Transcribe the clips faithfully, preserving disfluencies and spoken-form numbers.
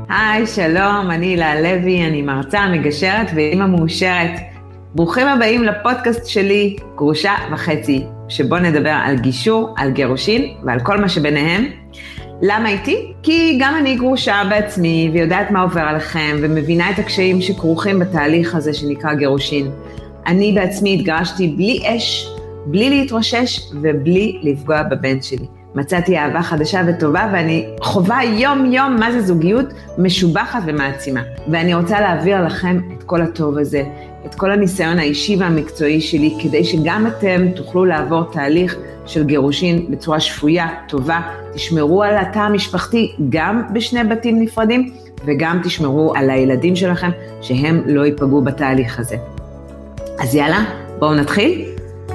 היי, שלום, אני הילה לוי, אני מרצה, מגשרת ואימא מאושרת. ברוכים הבאים לפודקאסט שלי, גרושה וחצי, שבו נדבר על גישור, על גירושין ועל כל מה שביניהם. למה איתי? כי גם אני גרושה בעצמי ויודעת מה עובר עליכם ומבינה את הקשיים שכרוכים בתהליך הזה שנקרא גירושין. אני בעצמי התגרשתי בלי אש, בלי להתרושש ובלי לפגוע בבן שלי. מצאתי אהבה חדשה וטובה ואני חווה יום יום מה זה זוגיות משובחת ומעצימה. ואני רוצה להעביר לכם את כל הטוב הזה, את כל הניסיון האישי והמקצועי שלי, כדי שגם אתם תוכלו לעבור תהליך של גירושין בצורה שפויה, טובה, תשמרו על התא המשפחתי גם בשני בתים נפרדים, וגם תשמרו על הילדים שלכם שהם לא ייפגעו בתהליך הזה. אז יאללה, בואו נתחיל.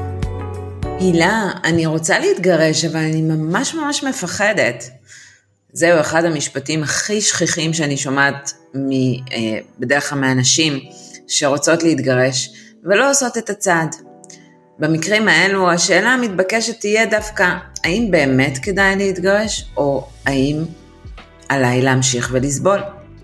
הילה, אני רוצה להתגרש, אבל אני ממש ממש מפחדת. זהו אחד המשפטים הכי שכיחים שאני שומעת בדרך כלל מהנשים שרוצות להתגרש ולא עושות את הצעד. במקרים האלו השאלה המתבקשת תהיה דווקא, האם באמת כדאי להתגרש, או האם עליי להמשיך ולסבול?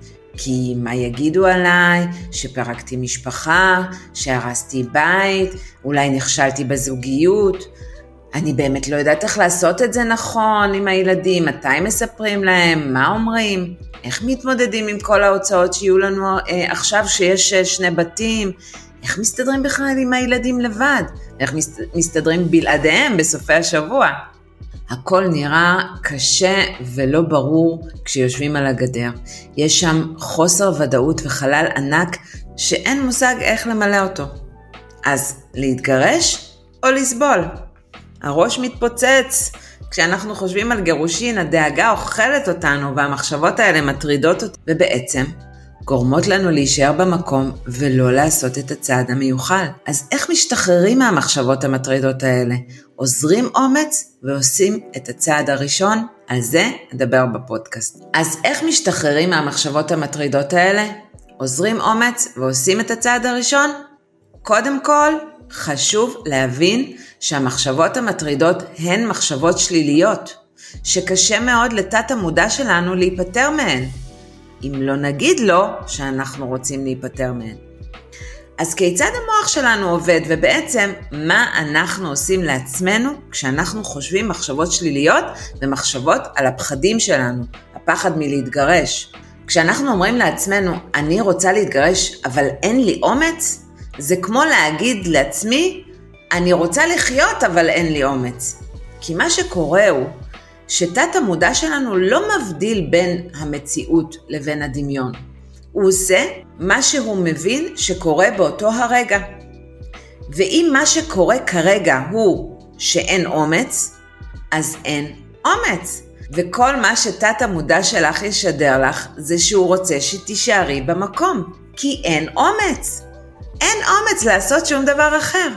כי מה יגידו עליי? שפרקתי משפחה, שהרסתי בית, אולי נכשלתי בזוגיות. אני באמת לא יודעת איך לעשות את זה נכון עם הילדים, מתי מספרים להם, מה אומרים, איך מתמודדים עם כל ההוצאות שיהיו לנו אה, עכשיו שיש שני בתים, איך מסתדרים בכלל עם הילדים לבד, איך מסתדרים בלעדיהם בסופי השבוע. הכל נראה קשה ולא ברור כשיושבים על הגדר. יש שם חוסר ודאות וחלל ענק שאין מושג איך למלא אותו. אז להתגרש או לסבול? הראש מתפוצץ. כשאנחנו חושבים על גירושין, הדאגה אוכלת אותנו והמחשבות האלה מטרידות אותנו, ובעצם גורמות לנו להישאר במקום ולא לעשות את הצעד המיוחל. אז איך משתחררים מהמחשבות המטרידות האלה? עוזרים אומץ ועושים את הצעד הראשון? על זה נדבר בפודקאסט. אז איך משתחררים מהמחשבות המטרידות האלה? עוזרים אומץ ועושים את הצעד הראשון? קודם כל, חשוב להבין שהמחשבות המטרידות הן מחשבות שליליות, שקשה מאוד לתת המודע שלנו להיפטר מהן. אם לא נגיד לו שאנחנו רוצים להיפטר מהן. אז כיצד המוח שלנו עובד, ובעצם מה אנחנו עושים לעצמנו כשאנחנו חושבים מחשבות שליליות ומחשבות על הפחדים שלנו, הפחד מלהתגרש. כשאנחנו אומרים לעצמנו, אני רוצה להתגרש אבל אין לי אומץ, זה כמו להגיד לעצמי, אני רוצה לחיות אבל אין לי אומץ. כי מה שקורה הוא, שתת המודע שלנו לא מבדיל בין המציאות לבין הדמיון. הוא עושה מה שהוא מבין שקורה באותו הרגע. ואם מה שקורה כרגע הוא שאין אומץ, אז אין אומץ. וכל מה שתת המודע שלך ישדר לך, זה שהוא רוצה שתישארי במקום. כי אין אומץ. אין אומץ לעשות שום דבר אחר.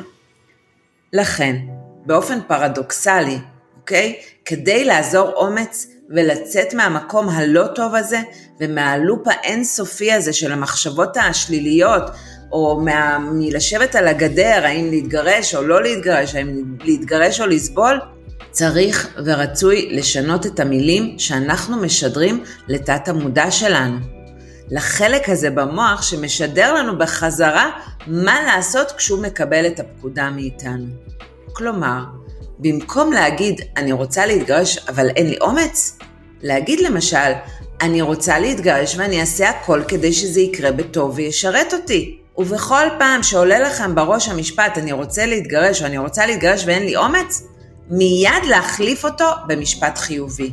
לכן, באופן פרדוקסלי, אוקיי? כדי לעזור אומץ ולצאת מהמקום הלא טוב הזה ומהלופ האינסופי הזה של המחשבות השליליות, או מה, מלשבת על הגדר, האם להתגרש או לא להתגרש, האם להתגרש או לסבול, צריך ורצוי לשנות את המילים שאנחנו משדרים לתת המודע שלנו. לחלק הזה במוח שמשדר לנו בחזרה מה לעשות כשהוא מקבל את הפקודה מאיתנו. כלומר, במקום להגיד, אני רוצה להתגרש, אבל אין לי אומץ, להגיד למשל, אני רוצה להתגרש ואני אעשה הכל כדי שזה יקרה בטוב וישרת אותי. ובכל פעם שעולה לכם בראש המשפט, אני רוצה להתגרש או אני רוצה להתגרש ואין לי אומץ, מיד להחליף אותו במשפט חיובי.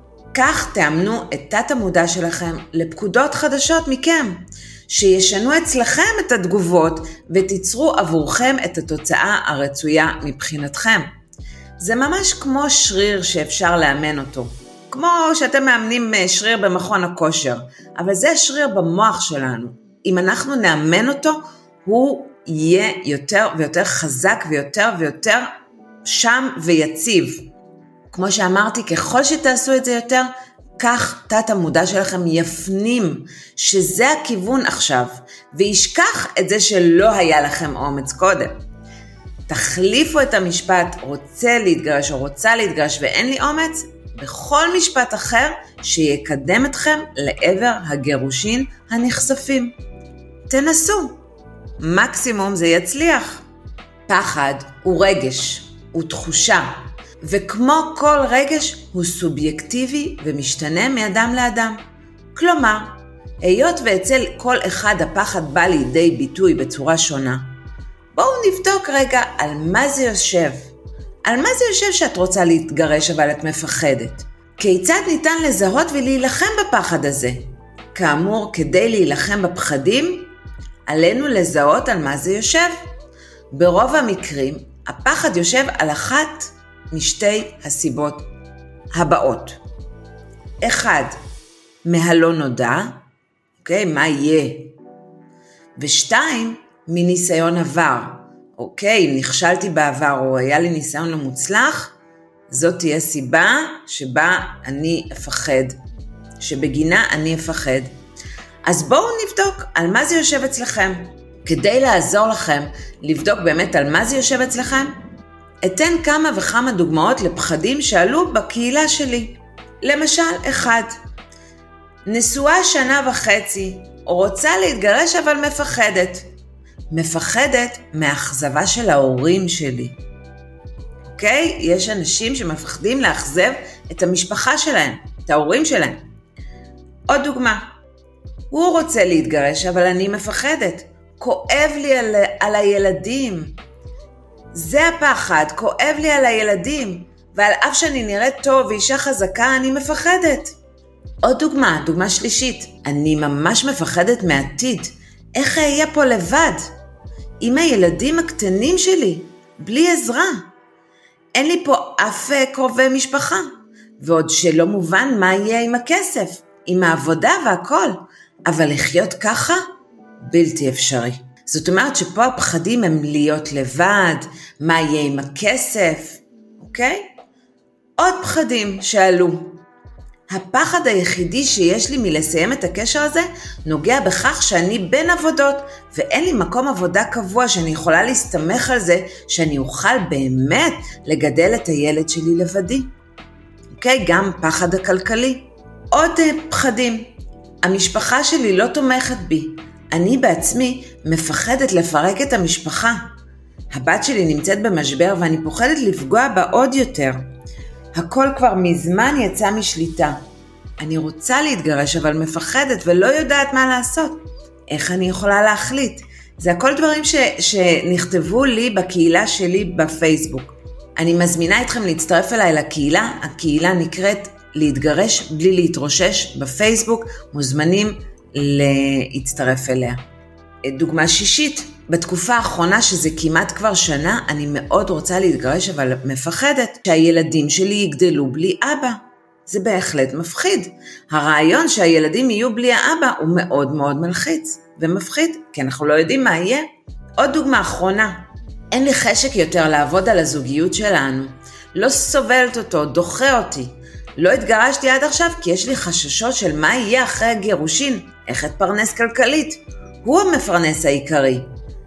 כך תאמנו את תת המודע שלכם לפקודות חדשות מכם, שישנו אצלכם את התגובות ותיצרו עבורכם את התוצאה הרצויה מבחינתכם. זה ממש כמו שריר שאפשר לאמן אותו. כמו שאתם מאמנים שריר במכון הכושר, אבל זה שריר במוח שלנו. אם אנחנו נאמן אותו, הוא יהיה יותר ויותר חזק ויותר ויותר שם ויציב. כמו שאמרתי, ככל שתעשו את זה יותר, כך תת המודע שלכם יפנים שזה הכיוון עכשיו, וישכח את זה שלא היה לכם אומץ קודם. תחליפו את המשפט רוצה להתגרש או רוצה להתגרש ואין לי אומץ בכל משפט אחר שיקדם אתכם לעבר הגירושין הנחשפים. תנסו, מקסימום זה יצליח. פחד הוא רגש, הוא תחושה, וכמו כל רגש הוא סובייקטיבי ומשתנה מאדם לאדם. כלומר, היות ואצל כל אחד הפחד בא לידי ביטוי בצורה שונה, בואו נבדוק רגע על מה זה יושב. על מה זה יושב שאת רוצה להתגרש אבל את מפחדת? כיצד ניתן לזהות ולהילחם בפחד הזה? כאמור, כדי להילחם בפחדים, עלינו לזהות על מה זה יושב. ברוב המקרים, הפחד יושב על אחת משתי הסיבות הבאות. אחד, מהלא נודע, אוקיי, מה יהיה? ושתיים, מניסיון עבר. אוקיי, אם נכשלתי בעבר או היה לי ניסיון לא מוצלח, זאת תהיה סיבה שבה אני אפחד, שבגינה אני אפחד. אז בואו נבדוק על מה זה יושב אצלכם. כדי לעזור לכם לבדוק באמת על מה זה יושב אצלכם, אתן כמה וכמה דוגמאות לפחדים שעלו בקהילה שלי. למשל, אחד, נשואה שנה וחצי, רוצה להתגרש אבל מפחדת. מפחדת מאכזבה של ההורים שלי. אוקיי? יש אנשים שמפחדים לאכזב את המשפחה שלהם, את ההורים שלהם. עוד דוגמה, הוא רוצה להתגרש אבל אני מפחדת. כואב לי על, על הילדים. זה הפחד, כואב לי על הילדים, ועל אף שאני נראית טוב ואישה חזקה, אני מפחדת. עוד דוגמה, דוגמה שלישית, אני ממש מפחדת מעתיד. איך אהיה פה לבד? עם הילדים הקטנים שלי, בלי עזרה. אין לי פה אף קרובי משפחה, ועוד שלא מובן מה יהיה עם הכסף, עם העבודה והכל, אבל לחיות ככה? בלתי אפשרי. זאת אומרת שפה הפחדים הם להיות לבד, מה יהיה עם הכסף, אוקיי? עוד פחדים שעלו. הפחד היחידי שיש לי מלסיים את הקשר הזה נוגע בכך שאני בין עבודות, ואין לי מקום עבודה קבוע שאני יכולה להסתמך על זה שאני אוכל באמת לגדל את הילד שלי לבדי. אוקיי? גם פחד הכלכלי. עוד פחדים. המשפחה שלי לא תומכת בי. אני בעצמי מפחדת לפרק את המשפחה. הבת שלי נמצאת במשבר ואני פוחדת לפגוע בה עוד יותר. הכל כבר מזמן יצא משליטה. אני רוצה להתגרש אבל מפחדת ולא יודעת מה לעשות. איך אני יכולה להחליט? זה הכל דברים ש, שנכתבו לי בקהילה שלי בפייסבוק. אני מזמינה אתכם להצטרף אליי לקהילה. הקהילה נקראת להתגרש בלי להתרושש בפייסבוק. מוזמנים להצטרף אליה. דוגמה שישית, בתקופה האחרונה שזה כמעט כבר שנה, אני מאוד רוצה להתגרש אבל מפחדת שהילדים שלי יגדלו בלי אבא. זה בהחלט מפחיד. הרעיון שהילדים יהיו בלי האבא הוא מאוד מאוד מלחיץ ומפחיד, כי אנחנו לא יודעים מה יהיה. עוד דוגמה אחרונה, אין לי חשק יותר לעבוד על הזוגיות שלנו. לא סובלת אותו, דוחה אותי. לא התגרשתי עד עכשיו כי יש לי חששות של מה יהיה אחרי הגירושין, איך אתפרנס כלכלית. הוא המפרנס העיקרי.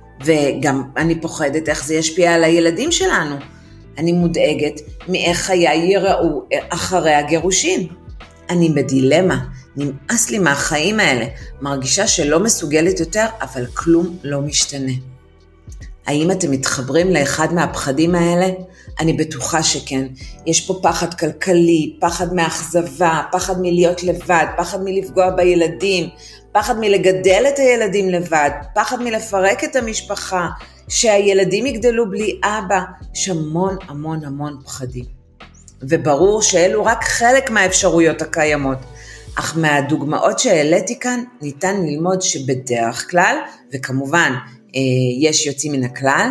וגם אני פוחדת איך זה ישפיע על הילדים שלנו. אני מודאגת מאיך חיי ייראו אחרי הגירושין. אני בדילמה, נמאס לי מהחיים האלה, מרגישה שלא מסוגלת יותר, אבל כלום לא משתנה. האם אתם מתחברים לאחד מהפחדים האלה? אני בטוחה שכן. יש פה פחד כלכלי, פחד מאכזבה, פחד מלהיות לבד, פחד מלפגוע בילדים, פחד מלגדל את הילדים לבד, פחד מלפרק את המשפחה, שהילדים יגדלו בלי אבא. יש המון המון המון פחדים. וברור שאלו רק חלק מהאפשרויות הקיימות. אך מהדוגמאות שהעליתי כאן ניתן ללמוד שבדרך כלל, וכמובן יש יוצאים מן הכלל,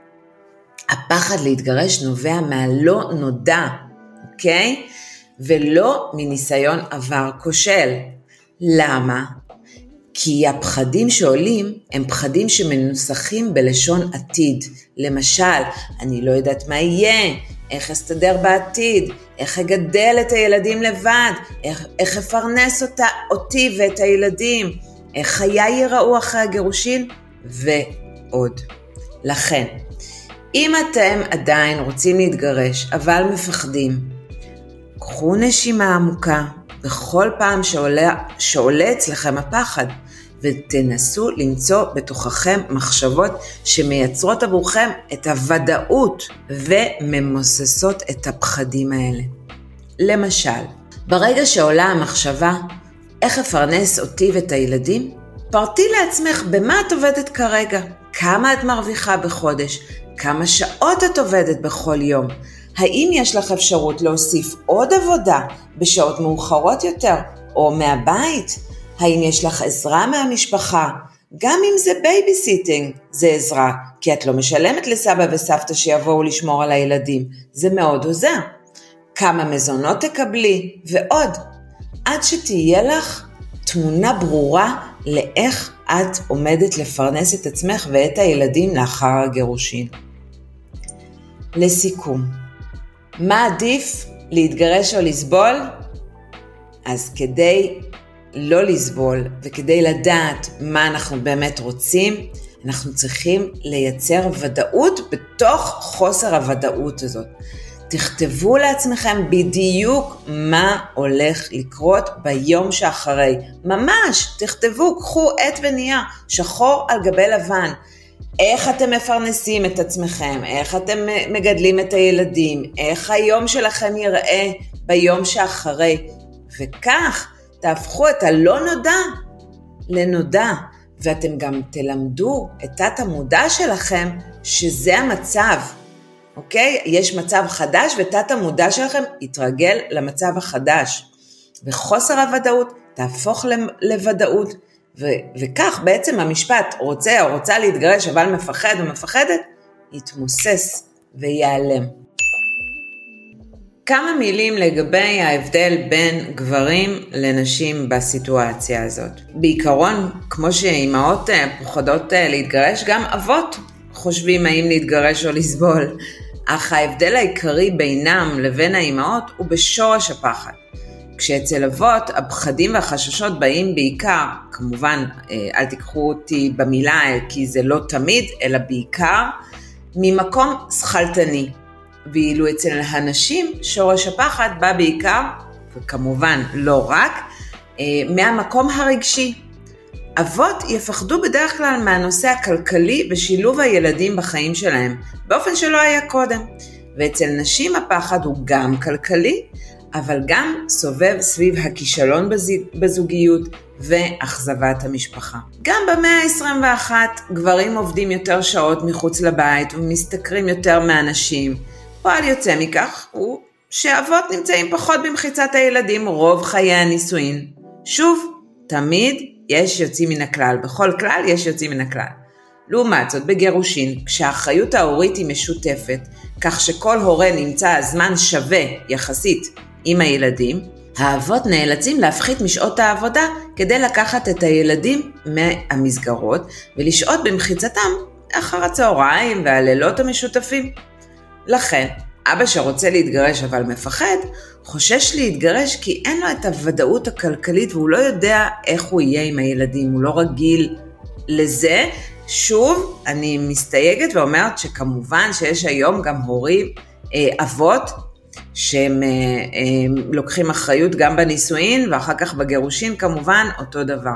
הפחד להתגרש נובע מהלא נודע, אוקיי? ולא מניסיון עבר כושל. למה? כי הפחדים שעולים הם פחדים שמנוסחים בלשון עתיד. למשל, אני לא יודעת מה יהיה, איך אסתדר בעתיד, איך אגדל את הילדים לבד, איך, איך אפרנס אותה, אותי ואת הילדים, איך חיי ייראו אחרי הגירושין, ועוד. לכן, אם אתם עדיין רוצים להתגרש, אבל מפחדים, קחו נשימה עמוקה בכל פעם שעולה, שעולה אצלכם הפחד, ותנסו למצוא בתוככם מחשבות שמייצרות עבורכם את הוודאות וממוססות את הפחדים האלה. למשל, ברגע שעולה המחשבה, איך אפרנס אותי ואת הילדים? פרטי לעצמך במה את עובדת כרגע, כמה את מרוויחה בחודש, כמה שעות את עובדת בכל יום, האם יש לך אפשרות להוסיף עוד עבודה בשעות מאוחרות יותר או מהבית? האם יש לך עזרה מהמשפחה? גם אם זה בייביסיטינג, זה עזרה, כי את לא משלמת לסבא וסבתא שיבואו לשמור על הילדים, זה מאוד עוזר. כמה מזונות תקבלי ועוד, עד שתהיה לך תמונה ברורה לאיך את עומדת לפרנס את עצמך ואת הילדים לאחר הגירושין. לסיכום, מה עדיף, להתגרש או לסבול? אז כדי לא לסבול וכדי לדעת מה אנחנו באמת רוצים, אנחנו צריכים לייצר ודאות בתוך חוסר הוודאות הזאת. תכתבו לעצמכם בדיוק מה הולך לקרות ביום שאחרי. ממש, תכתבו, קחו עת ונייר, שחור על גבי לבן. איך אתם מפרנסים את עצמכם, איך אתם מגדלים את הילדים, איך היום שלכם יראה ביום שאחרי. וכך תהפכו את הלא נודע לנודע, ואתם גם תלמדו את תת המודע שלכם שזה המצב. אוקיי? יש מצב חדש ותת המודע שלכם יתרגל למצב החדש. וחוסר הוודאות תהפוך לוודאות. ו- וכך בעצם המשפט רוצה או רוצה להתגרש אבל מפחד או מפחדת, יתמוסס ויעלם. כמה מילים לגבי ההבדל בין גברים לנשים בסיטואציה הזאת. בעיקרון, כמו שאימהות פוחדות להתגרש, גם אבות חושבים האם להתגרש או לסבול. אך ההבדל העיקרי בינם לבין האימהות הוא בשורש הפחד. כשאצל אבות הפחדים והחששות באים בעיקר, כמובן אל תיקחו אותי במילה כי זה לא תמיד, אלא בעיקר ממקום שכלתני. ואילו אצל הנשים שורש הפחד בא בעיקר, וכמובן לא רק, מהמקום הרגשי. אבות יפחדו בדרך כלל מהנושא הכלכלי ושילוב הילדים בחיים שלהם, באופן שלא היה קודם. ואצל נשים הפחד הוא גם כלכלי, אבל גם סובב סביב הכישלון בזוגיות ואכזבת המשפחה. גם במאה ה-עשרים ואחת גברים עובדים יותר שעות מחוץ לבית ומשתכרים יותר מאנשים. פועל יוצא מכך הוא שאבות נמצאים פחות במחיצת הילדים רוב חיי הנישואין. שוב, תמיד יש יוצאים מן הכלל, בכל כלל יש יוצאים מן הכלל. לעומת זאת בגירושין, כשהאחריות ההורית היא משותפת, כך שכל הורה נמצא זמן שווה יחסית עם הילדים, האבות נאלצים להפחית משעות העבודה כדי לקחת את הילדים מהמסגרות ולשעות במחיצתם אחר הצהריים והלילות המשותפים. לכן, אבא שרוצה להתגרש אבל מפחד, חושש להתגרש כי אין לו את הוודאות הכלכלית והוא לא יודע איך הוא יהיה עם הילדים, הוא לא רגיל לזה. שוב, אני מסתייגת ואומרת שכמובן שיש היום גם הורים, אה, אבות, שהם אה, אה, לוקחים אחריות גם בנישואין ואחר כך בגירושין, כמובן אותו דבר.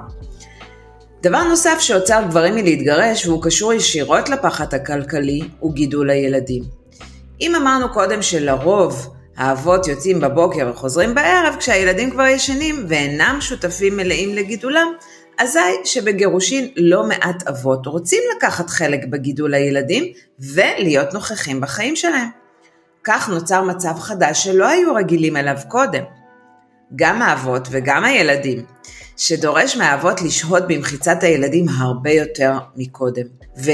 דבר נוסף שעוצר גברים מלהתגרש והוא קשור ישירות לפחד הכלכלי הוא גידול הילדים. אם אמרנו קודם שלרוב האבות יוצאים בבוקר וחוזרים בערב כשהילדים כבר ישנים ואינם שותפים מלאים לגידולם, אזי שבגירושין לא מעט אבות רוצים לקחת חלק בגידול הילדים ולהיות נוכחים בחיים שלהם. כך נוצר מצב חדש שלא היו רגילים אליו קודם. גם האבות וגם הילדים, שדורש מהאבות לשהות במחיצת הילדים הרבה יותר מקודם.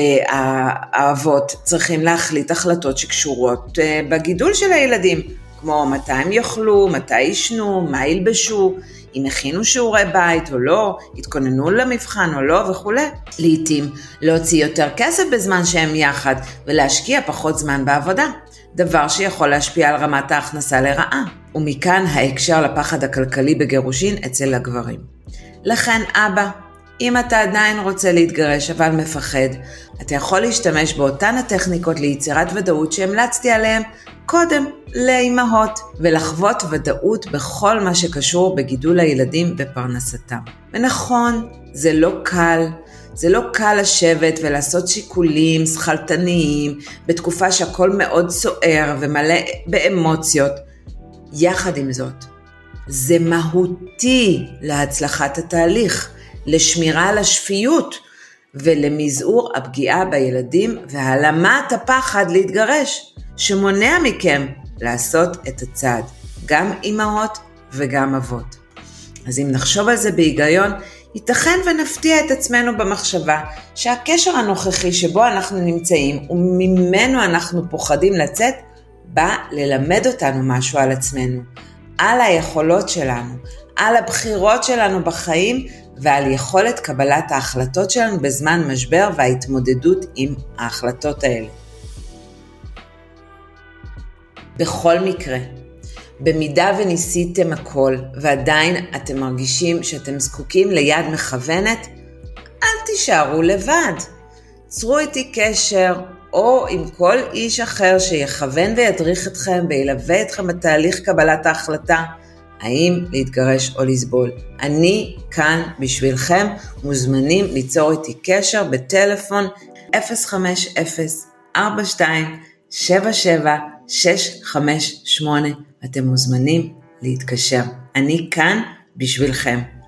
והאבות צריכים להחליט החלטות שקשורות בגידול של הילדים, כמו מתי הם יאכלו, מתי ישנו, מה ילבשו, אם הכינו שיעורי בית או לא, התכוננו למבחן או לא וכו'. לעתים להוציא יותר כסף בזמן שהם יחד ולהשקיע פחות זמן בעבודה, דבר שיכול להשפיע על רמת ההכנסה לרעה. ומכאן ההקשר לפחד הכלכלי בגירושין אצל הגברים. לכן אבא, אם אתה עדיין רוצה להתגרש אבל מפחד, אתה יכול להשתמש באותן הטכניקות ליצירת ודאות שהמלצתי עליהן קודם לאימהות, ולחוות ודאות בכל מה שקשור בגידול הילדים בפרנסתם. ונכון, זה לא קל, זה לא קל לשבת ולעשות שיקולים שכלתניים בתקופה שהכל מאוד סוער ומלא באמוציות. יחד עם זאת, זה מהותי להצלחת התהליך, לשמירה על השפיות ולמזעור הפגיעה בילדים והעלמת הפחד להתגרש, שמונע מכם לעשות את הצעד, גם אימהות וגם אבות. אז אם נחשוב על זה בהיגיון, ייתכן ונפתיע את עצמנו במחשבה שהקשר הנוכחי שבו אנחנו נמצאים וממנו אנחנו פוחדים לצאת, בא ללמד אותנו משהו על עצמנו, על היכולות שלנו, על הבחירות שלנו בחיים ועל יכולת קבלת ההחלטות שלנו בזמן משבר וההתמודדות עם ההחלטות האלה. בכל מקרה, במידה וניסיתם הכל ועדיין אתם מרגישים שאתם זקוקים ליד מכוונת, אל תישארו לבד. צרו איתי קשר או עם כל איש אחר שיכוון וידריך אתכם וילווה אתכם בתהליך קבלת ההחלטה, האם להתגרש או לסבול. אני כאן בשבילכם, מוזמנים ליצור איתי קשר בטלפון אפס חמש אפס ארבע שתיים שבע שבע שש חמש שמונה. אתם מוזמנים להתקשר. אני כאן בשבילכם.